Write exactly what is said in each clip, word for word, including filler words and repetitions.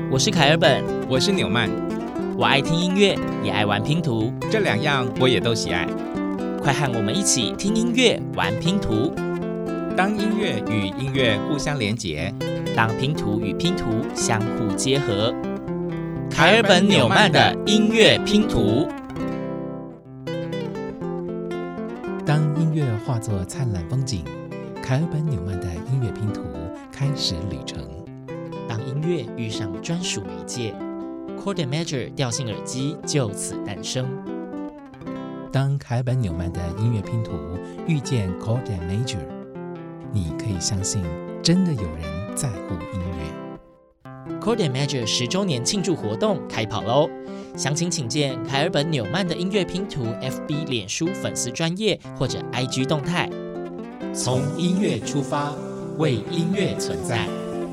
我是凯尔本， 我是纽曼。 我爱听音乐，也爱玩拼图， 这两样我也都喜爱。 快和我们一起听音乐，玩拼图。 当音乐与音乐互相连结， 当拼图与拼图相互结合。凯尔本纽曼的音乐拼图。 当音乐化作灿烂风景，凯尔本纽曼的音乐拼图开始旅程。 当音乐遇上专属媒介，Chord and Major 调性耳机就此诞生。 当凯尔本纽曼的音乐拼图遇见 Chord and Major， 你可以相信，真的有人在乎音乐。 Chord and Major 十周年庆祝活动开跑喽！详情请见凯尔本纽曼的音乐拼图 F B 脸书粉丝专页或者 I G 动态。从音乐出发，为音乐存在。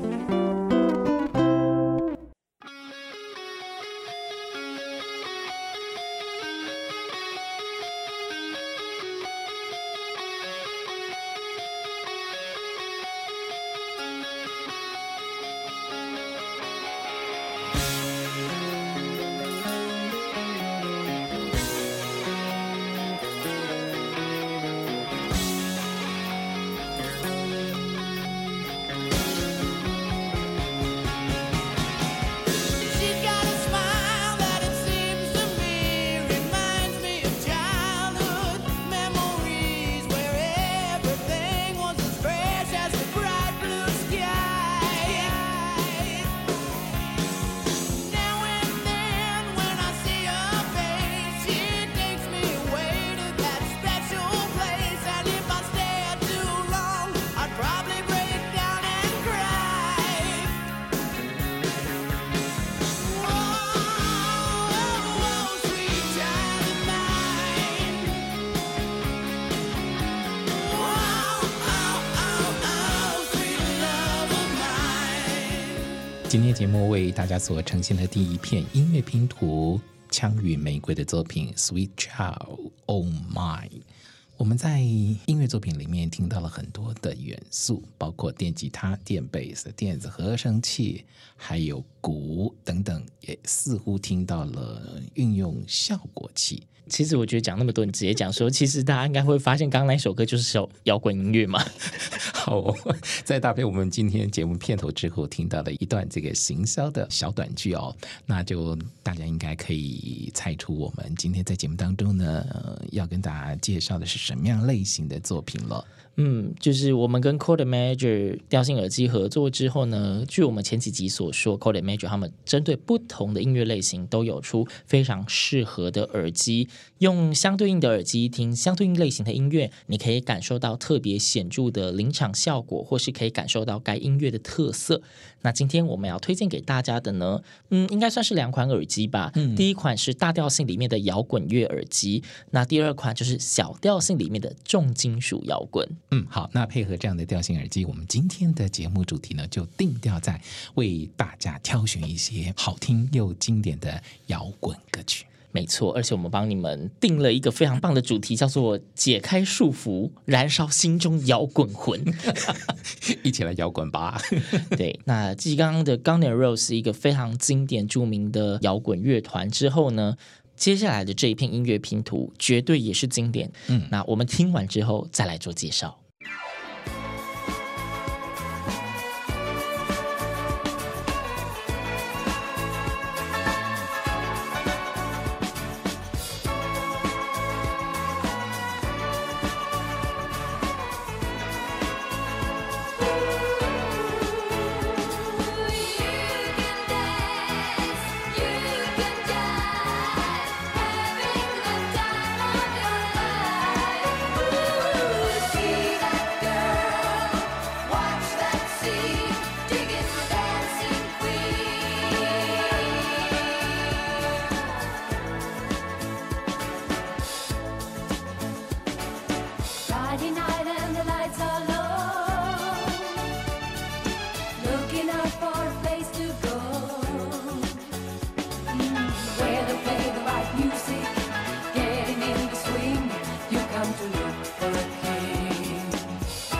今天节目为大家所呈现的第一片音乐拼图，枪与玫瑰的作品 Sweet Child Oh My。 我们在音乐作品里面听到了很多的元素，包括电吉他、电贝斯、电子合成器，还有鼓等等，也似乎听到了运用效果器。 其实我觉得讲那么多，你直接讲说，其实大家应该会发现，刚刚那首歌就是首摇滚音乐嘛。 好、哦，在搭配我们今天节目片头之后，听到了一段这个行销的小短剧哦，那就大家应该可以猜出我们今天在节目当中呢，呃、要跟大家介绍的是什么样类型的作品了。 嗯，就是我们跟 Chord and Major 调性耳机合作之后呢，据我们前几集所说 Chord and Major 他们针对不同的音乐类型都有出非常适合的耳机，用相对应的耳机听相对应类型的音乐，你可以感受到特别显著的临场效果，或是可以感受到该音乐的特色。那今天我们要推荐给大家的呢，嗯，应该算是两款耳机吧、嗯、第一款是大调性里面的摇滚乐耳机，那第二款就是小调性里面的重金属摇滚。 嗯，好，那配合这样的调性耳机，我们今天的节目主题呢，就定调在为大家挑选一些好听又经典的摇滚歌曲。 没错，而且我们帮你们定了一个非常棒的主题，叫做解开束缚，燃烧心中摇滚魂。 一起来摇滚吧。 对，那继刚刚的 Guns N' Roses 一个非常经典著名的摇滚乐团之后呢，接下来的这一片音乐拼图绝对也是经典。嗯，那我们听完之后再来做介绍。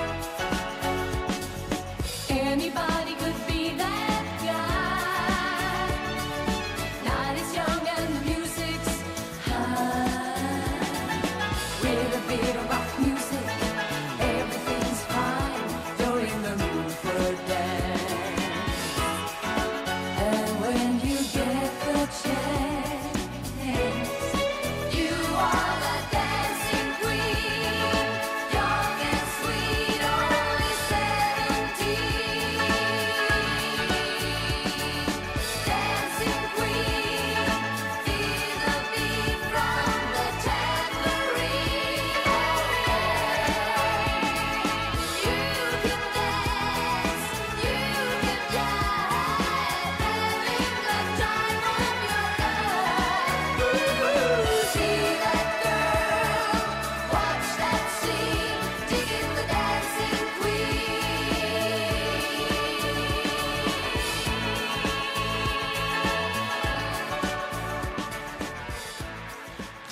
Anybody could be that guy.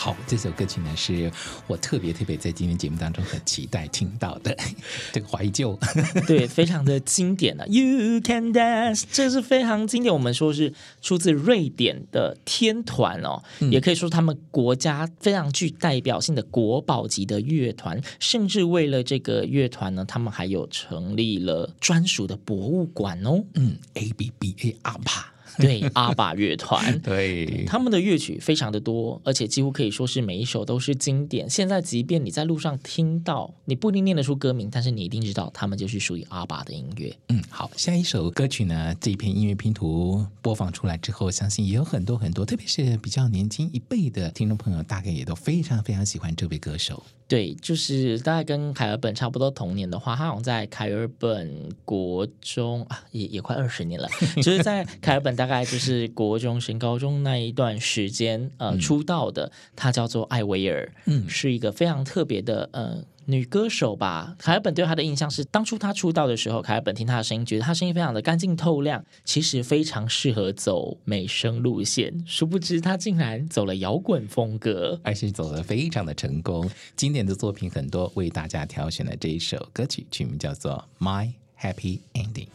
好，这首歌曲呢是我特别特别在今天节目当中很期待听到的，这个怀旧， 对，非常的经典啊 You Can Dance， 这是非常经典，我们说是出自瑞典的天团哦、嗯，也可以说他们国家非常具代表性的国宝级的乐团，甚至为了这个乐团呢，他们还有成立了专属的博物馆哦。 嗯 ，A B B A 阿爸。 对，阿爸乐团， 对， 他们的乐曲非常的多，而且几乎可以说是每一首都是经典。现在即便你在路上听到，你不一定念得出歌名，但是你一定知道他们就是属于阿爸的音乐。 嗯，好，下一首歌曲呢，这一篇音乐拼图播放出来之后，相信也有很多很多，特别是比较年轻一辈的听众朋友，大概也都非常非常喜欢这位歌手。 对，就是大概跟凯尔本差不多同年的话，他好像在凯尔本国中啊，也也快二十年了，就是在凯尔本大概就是国中升高中那一段时间呃、嗯、出道的，他叫做艾薇儿，嗯，是一个非常特别的呃女歌手吧。凯尔本对她的印象是，当初她出道的时候，凯尔本听她的声音，觉得她声音非常的干净透亮，其实非常适合走美声路线。殊不知她竟然走了摇滚风格， 而且走得非常的成功。经典的作品很多，为大家挑选了这一首歌曲，曲名叫做《My Happy Ending》。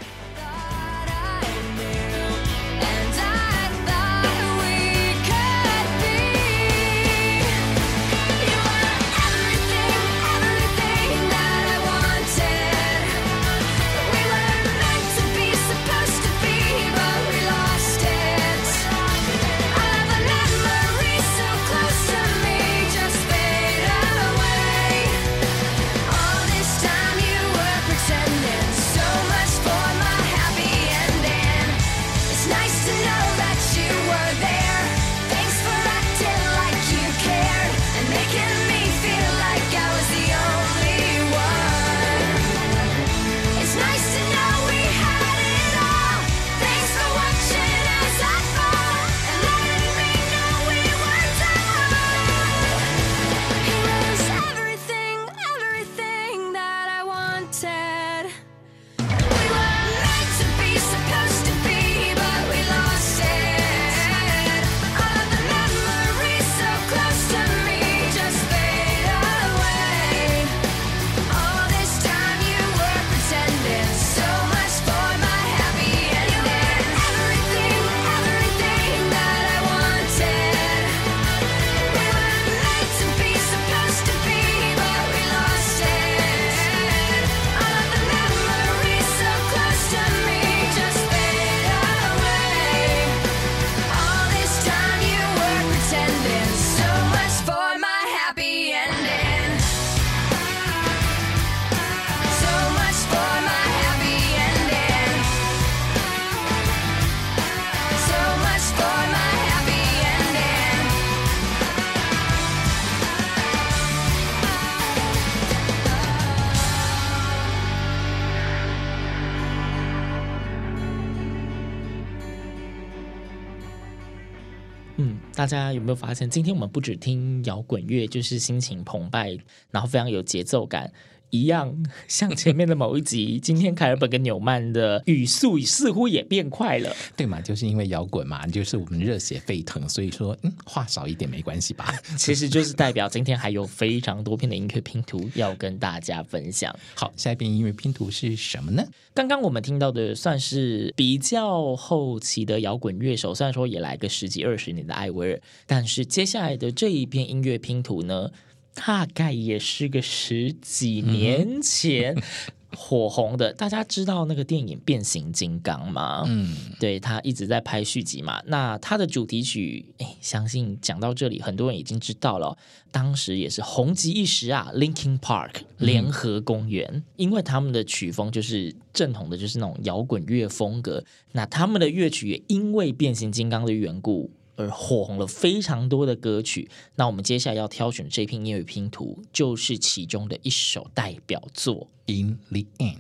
大家有没有发现，今天我们不只听摇滚乐，就是心情澎湃，然后非常有节奏感一样，像前面的某一集，今天凯尔本跟纽曼的语速似乎也变快了， 对嘛？就是因为摇滚嘛，就是我们热血沸腾，所以说，嗯，话少一点没关系吧？ 其实就是代表今天还有非常多篇的音乐拼图要跟大家分享。 好，下一篇音乐拼图是什么呢？ 刚刚我们听到的算是比较后期的摇滚乐手，虽然说也来个十几二十年的艾薇儿，但是接下来的这一篇音乐拼图呢，大概也是个十几年前火红的。大家知道那个电影变形金刚吗？嗯，对，他一直在拍续集嘛。那他的主题曲，哎，相信讲到这里很多人已经知道了，当时也是红极一时啊 Linkin Park 联合公园、嗯、因为他们的曲风就是正统的，就是那种摇滚乐风格，那他们的乐曲也因为变形金刚的缘故而火红了非常多的歌曲。那我们接下来要挑选这篇音乐拼图，就是其中的一首代表作 In the End。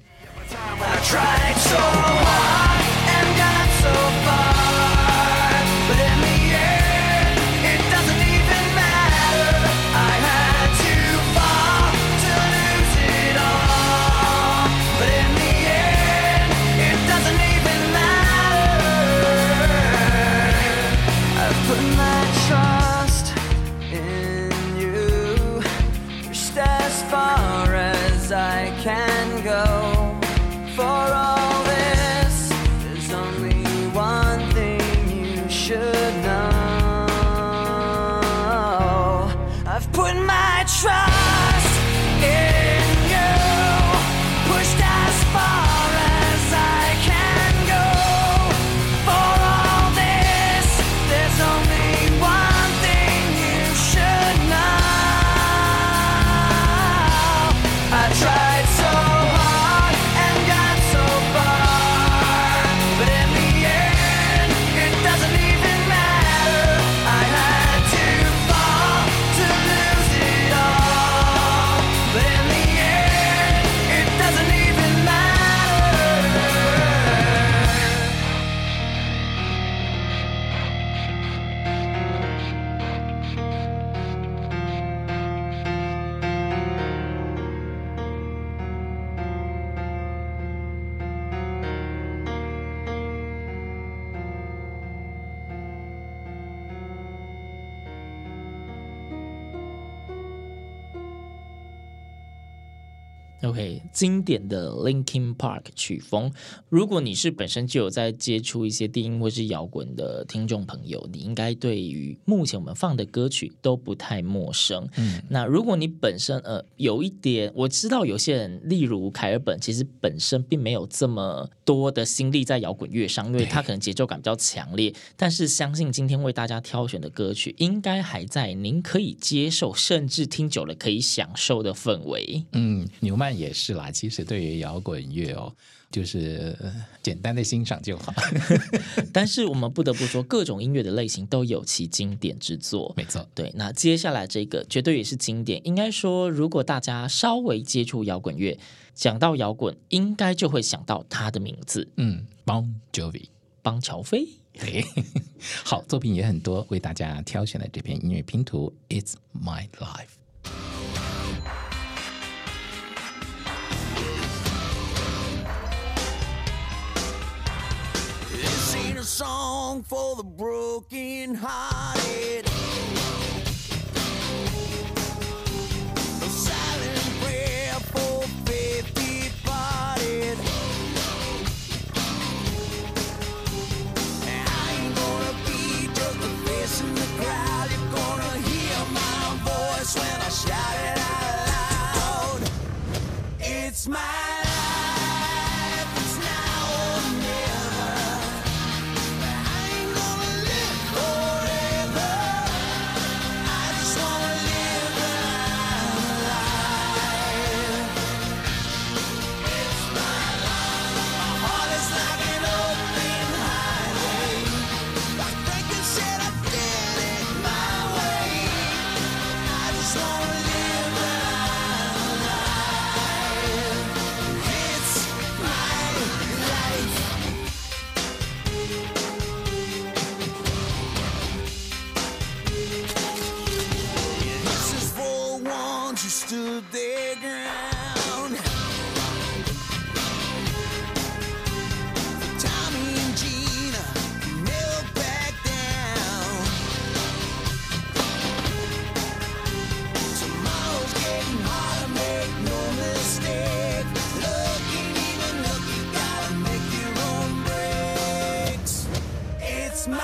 Put my trust in OK， 经典的 Linkin Park 曲风，如果你是本身就有在接触一些电音或是摇滚的听众朋友，你应该对于目前我们放的歌曲都不太陌生。嗯，那如果你本身呃有一点，我知道有些人，例如凯尔本，其实本身并没有这么多的心力在摇滚乐上，因为他可能节奏感比较强烈，但是相信今天为大家挑选的歌曲，应该还在您可以接受，甚至听久了可以享受的氛围。 嗯，牛曼也是啦，其实对于摇滚乐哦，就是简单的欣赏就好。 但是我们不得不说，各种音乐的类型都有其经典之作。 没错， 对。那接下来这个绝对也是经典。应该说，如果大家稍微接触摇滚乐，讲到摇滚，应该就会想到他的名字。 嗯 ，Bon Jovi， 邦乔飞。 对，好，作品也很多，为大家挑选了这篇音乐拼图《It's My Life》。This ain't a song for the broken hearted. A silent prayer for faith departed. And I ain't gonna be just a face in the crowd. You're gonna hear my voice when I shout it out loud. It's my stood their ground. Tommy and Gina never back down. Tomorrow's getting harder, make no mistake. Looking even look, you gotta make your own breaks. It's my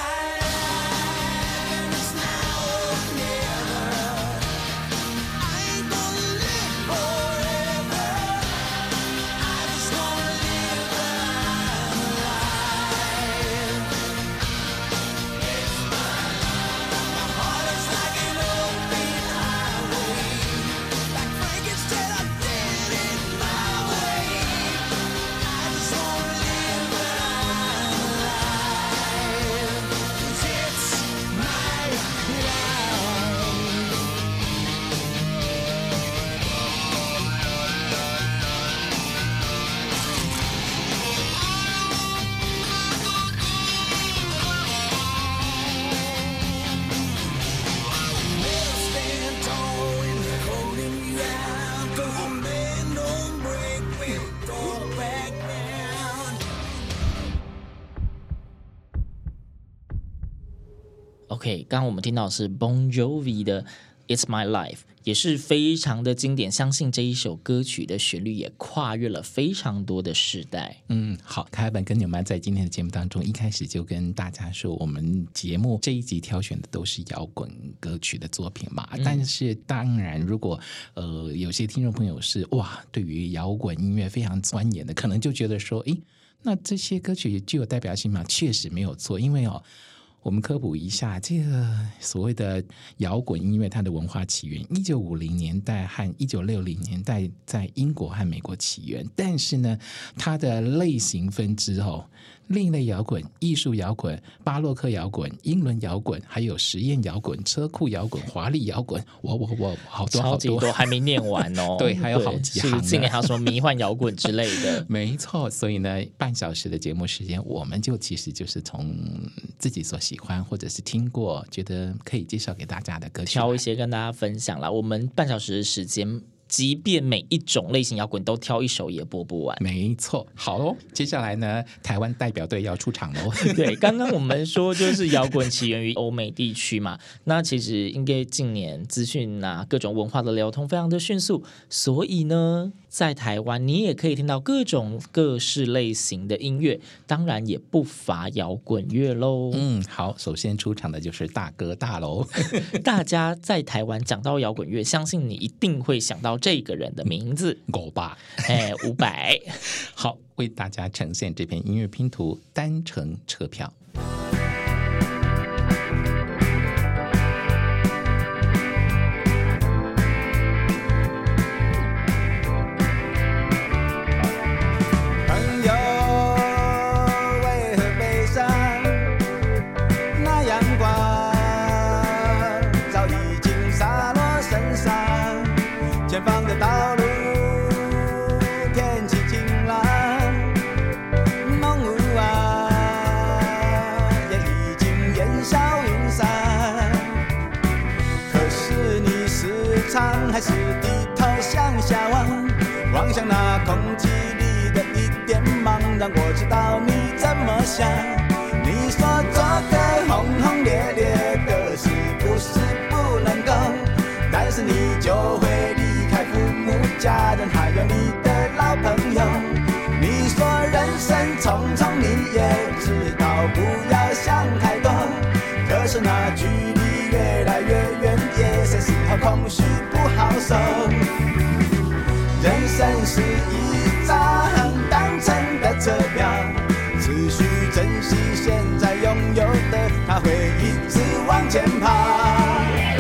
OK， 刚刚我们听到的是 Bon Jovi 的 It's My Life， 也是非常的经典，相信这一首歌曲的旋律也跨越了非常多的世代。 嗯，好，凯本跟纽曼在今天的节目当中一开始就跟大家说，我们节目这一集挑选的都是摇滚歌曲的作品嘛、嗯、但是当然如果呃有些听众朋友是哇对于摇滚音乐非常钻研的，可能就觉得说诶那这些歌曲具有代表性吗？确实没有错，因为哦我们科普一下，这个所谓的摇滚音乐它的文化起源，一九五零年代和一九六零年代在英国和美国起源，但是呢，它的类型分支哦，另类摇滚、艺术摇滚、巴洛克摇滚、英伦摇滚，还有实验摇滚、车库摇滚、华丽摇滚，哇哇哇，好多好多， 超级多，还没念完哦。 对，还有好几行呢， 是今年还有什么迷幻摇滚之类的。 没错，所以呢，半小时的节目时间，我们就其实就是从自己所喜欢或者是听过觉得可以介绍给大家的歌曲， 挑一些跟大家分享啦。我们半小时的时间，即便每一种类型摇滚都挑一首也播不完。 没错，好哦，接下来呢，台湾代表队要出场喽。 对，刚刚我们说就是摇滚起源于欧美地区嘛，那其实应该近年资讯啊各种文化的流通非常的迅速，所以呢在台湾你也可以听到各种各式类型的音乐，当然也不乏摇滚乐咯。 嗯，好，首先出场的就是大哥大喽。 大家在台湾讲到摇滚乐，相信你一定会想到这个人的名字， 狗爸， 哎，伍佰。 好，为大家呈现这篇音乐拼图，单程车票。 还是低头向下望，望向那空气里的一点茫然，我知道你怎么想。你说做个轰轰烈烈的事不是不能够，但是你就会离开父母家人还有你的老朋友。你说人生匆匆你也知道不要想太多，可是那距离越来越远，夜深时候空虚不好受。人生是一张单程的车票，只需珍惜现在拥有的，它会一直往前跑。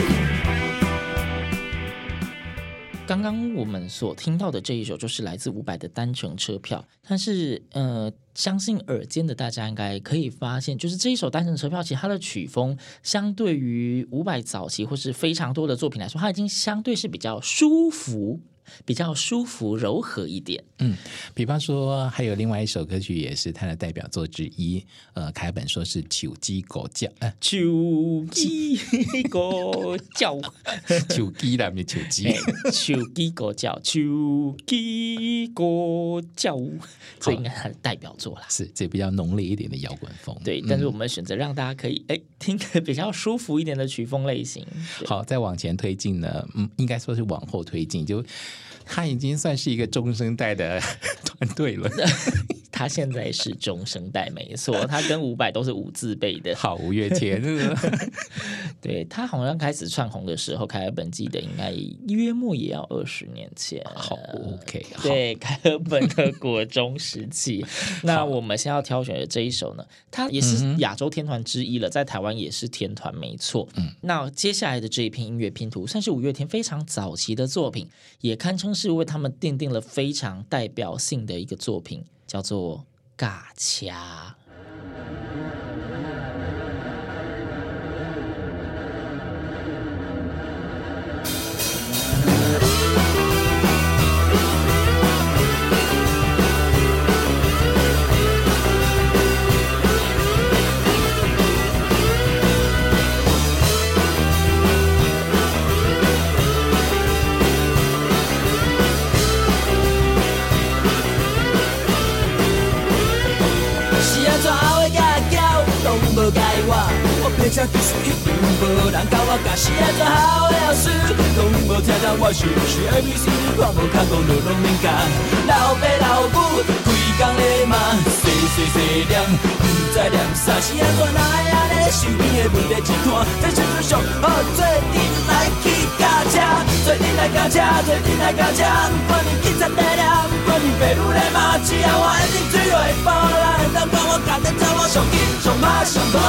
刚刚我们所听到的这一首就是来自伍佰的单程车票，但是呃，相信耳尖的大家应该可以发现，就是这一首单程车票其实它的曲风相对于伍佰早期或是非常多的作品来说，它已经相对是比较舒服比较舒服柔和一点。 嗯，比方说还有另外一首歌曲也是他的代表作之一，呃，凯本说是手机狗叫，呃， 手机狗叫， 手机啦，不是手机， 手机狗叫，手机狗叫，这应该是他的代表作啦。 是，这比较浓烈一点的摇滚风。 对，但是我们选择让大家可以哎听得比较舒服一点的曲风类型。 好，再往前推进呢，嗯，应该说是往后推进，就他已经算是一个中生代的团队了。 他现在是中生代没错，他跟伍佰都是五字辈的。 好，五月天。 对，他好像开始窜红的时候，凯尔本记得应该约莫也要二十年前。 好 ，OK， 对，凯尔本的国中时期。那我们现在要挑选的这一首呢，它也是亚洲天团之一了，在台湾也是天团没错。嗯，那接下来的这一篇音乐拼图，算是五月天非常早期的作品，也堪称是为他们奠定了非常代表性的一个作品。叫做尬掐。无解我，我变成技术一定无人教我，假使爱做好的老师，拢无听到我是不是 A B C， 我无看讲就拢免教。老爸老母规工咧骂，细细细念，不知念啥是安怎哪会安尼？身边的问题一摊，这时阵上好做阵来去驾车，做阵来驾车，做阵来驾车，不管你警察在念，不管你爸母在骂，只要我一定追落去报来，当管我家己走我上紧上歹上大。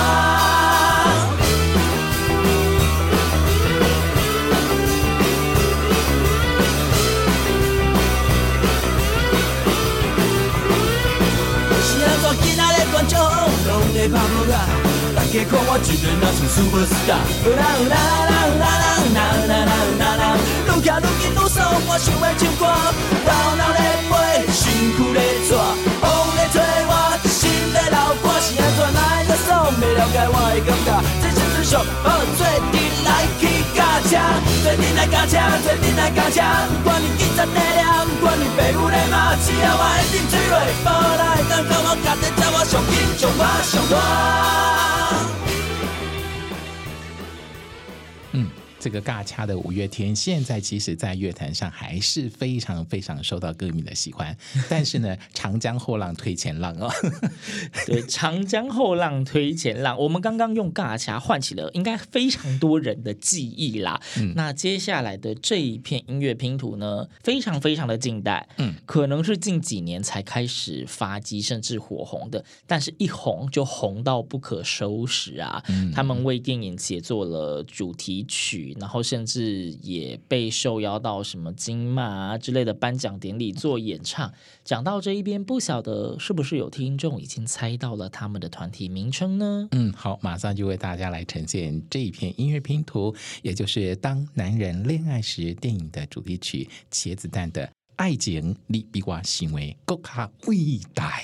是安怎今仔日观众拢在拍无啊？大家看我一个人像 Superstar， 有啦有啦有啦有啦有啦有啦有啦有啦，愈徛愈紧愈爽，我想要唱歌，头脑在飞，身躯在拽，风在吹我，心在流汗，是安怎哪会个爽？袂了解我的感觉，这时阵上好做阵来去驾车，做阵来驾车，做阵来驾车，不管你警察在念，不管你爸母在骂，只要我一定追落去报来，当到我家己走，我上紧上快上大。 嗯， 这个尬掐的五月天，现在其实在乐坛上还是非常非常受到歌迷的喜欢。但是呢，长江后浪推前浪哦， 对，长江后浪推前浪，我们刚刚用尬掐唤起了应该非常多人的记忆啦。嗯、那接下来的这一片音乐拼图呢，非常非常的近代，嗯，可能是近几年才开始发迹甚至火红的，但是一红就红到不可收拾啊！嗯、他们为电影写作了主题曲，然后甚至也被受邀到什么金马啊之类的颁奖典礼做演唱。讲到这一边，不晓得是不是有听众已经猜到了他们的团体名称呢？ 嗯，好，马上就为大家来呈现这一片音乐拼图，也就是《当男人恋爱时》电影的主题曲《茄子蛋》的爱情你比我行为更加伟大。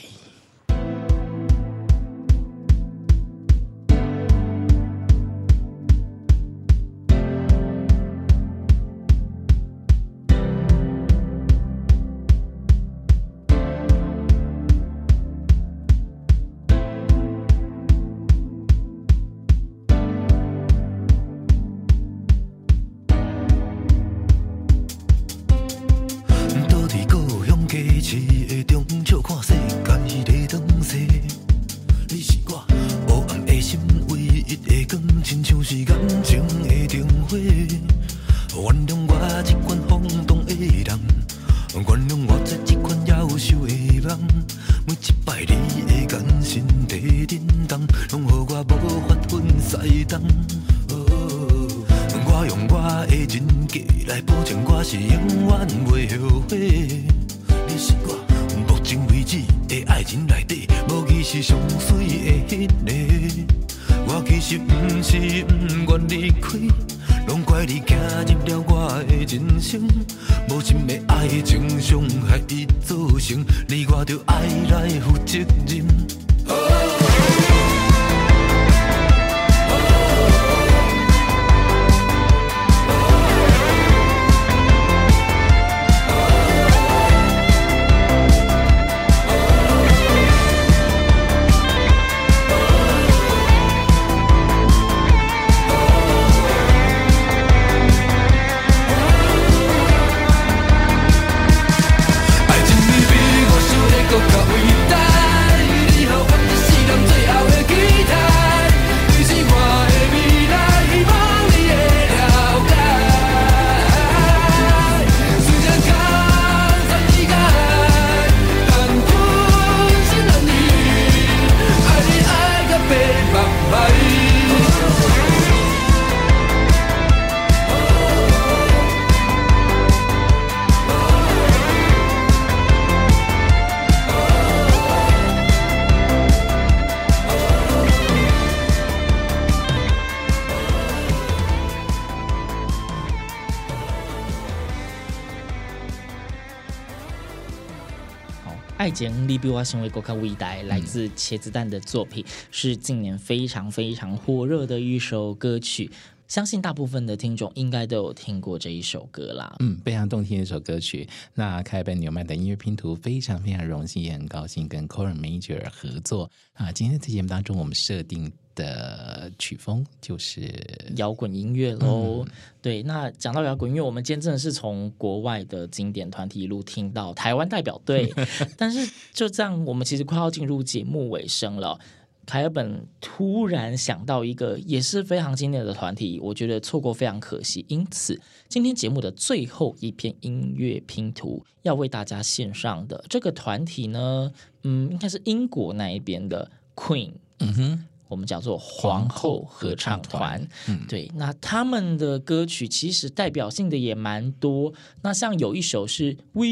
爱情你比我行为更加伟大，来自茄子蛋的作品，是近年非常非常火热的一首歌曲。相信大部分的听众应该都有听过这一首歌啦。 嗯，非常动听的一首歌曲。那凯本纽曼的音乐拼图非常非常荣幸，也很高兴跟 Corin Major 合作啊。今天在节目当中，我们设定的曲风就是摇滚音乐喽。嗯、对，那讲到摇滚音乐，我们今天真的是从国外的经典团体一路听到台湾代表队，但是就这样，我们其实快要进入节目尾声了。凯尔本突然想到一个也是非常经典的团体，我觉得错过非常可惜，因此今天节目的最后一片音乐拼图要为大家献上的这个团体呢，嗯，应该是英国那一边的 Queen， 嗯哼，我们叫做皇后合唱团。嗯、对，那他们的歌曲其实代表性的也蛮多，那像有一首是 We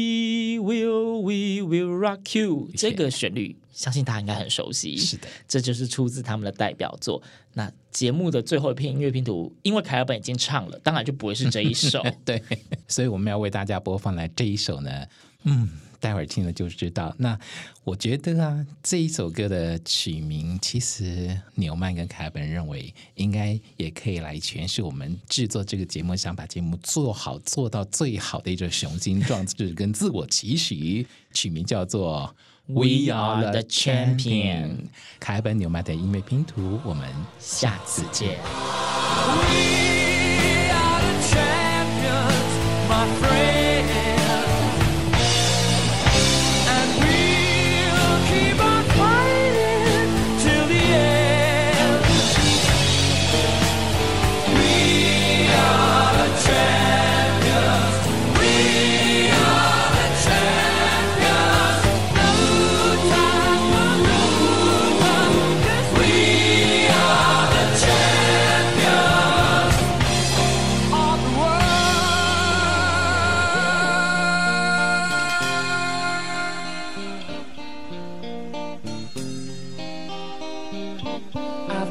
Will We Will Rock You， 这个旋律相信大家应该很熟悉， 是的， 这就是出自他们的代表作。那节目的最后一片音乐拼图，因为凯尔本已经唱了，当然就不会是这一首。 对，所以我们要为大家播放来这一首呢，嗯，待会儿听了就知道。那我觉得啊，这一首歌的曲名，其实纽曼跟凯尔本认为，应该也可以来诠释我们制作这个节目，想把节目做好做到最好的一种雄心壮志跟自我期许。曲名叫做 We are the champion。 凯尔本纽曼的音乐拼图，我们下次见。 We are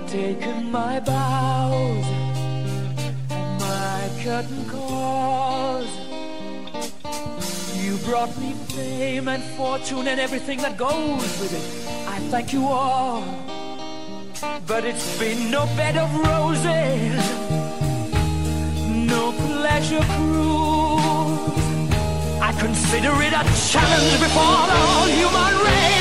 taken my bows and my curtain calls. You brought me fame and fortune and everything that goes with it. I thank you all, but it's been no bed of roses, no pleasure cruise. I consider it a challenge before the whole human race.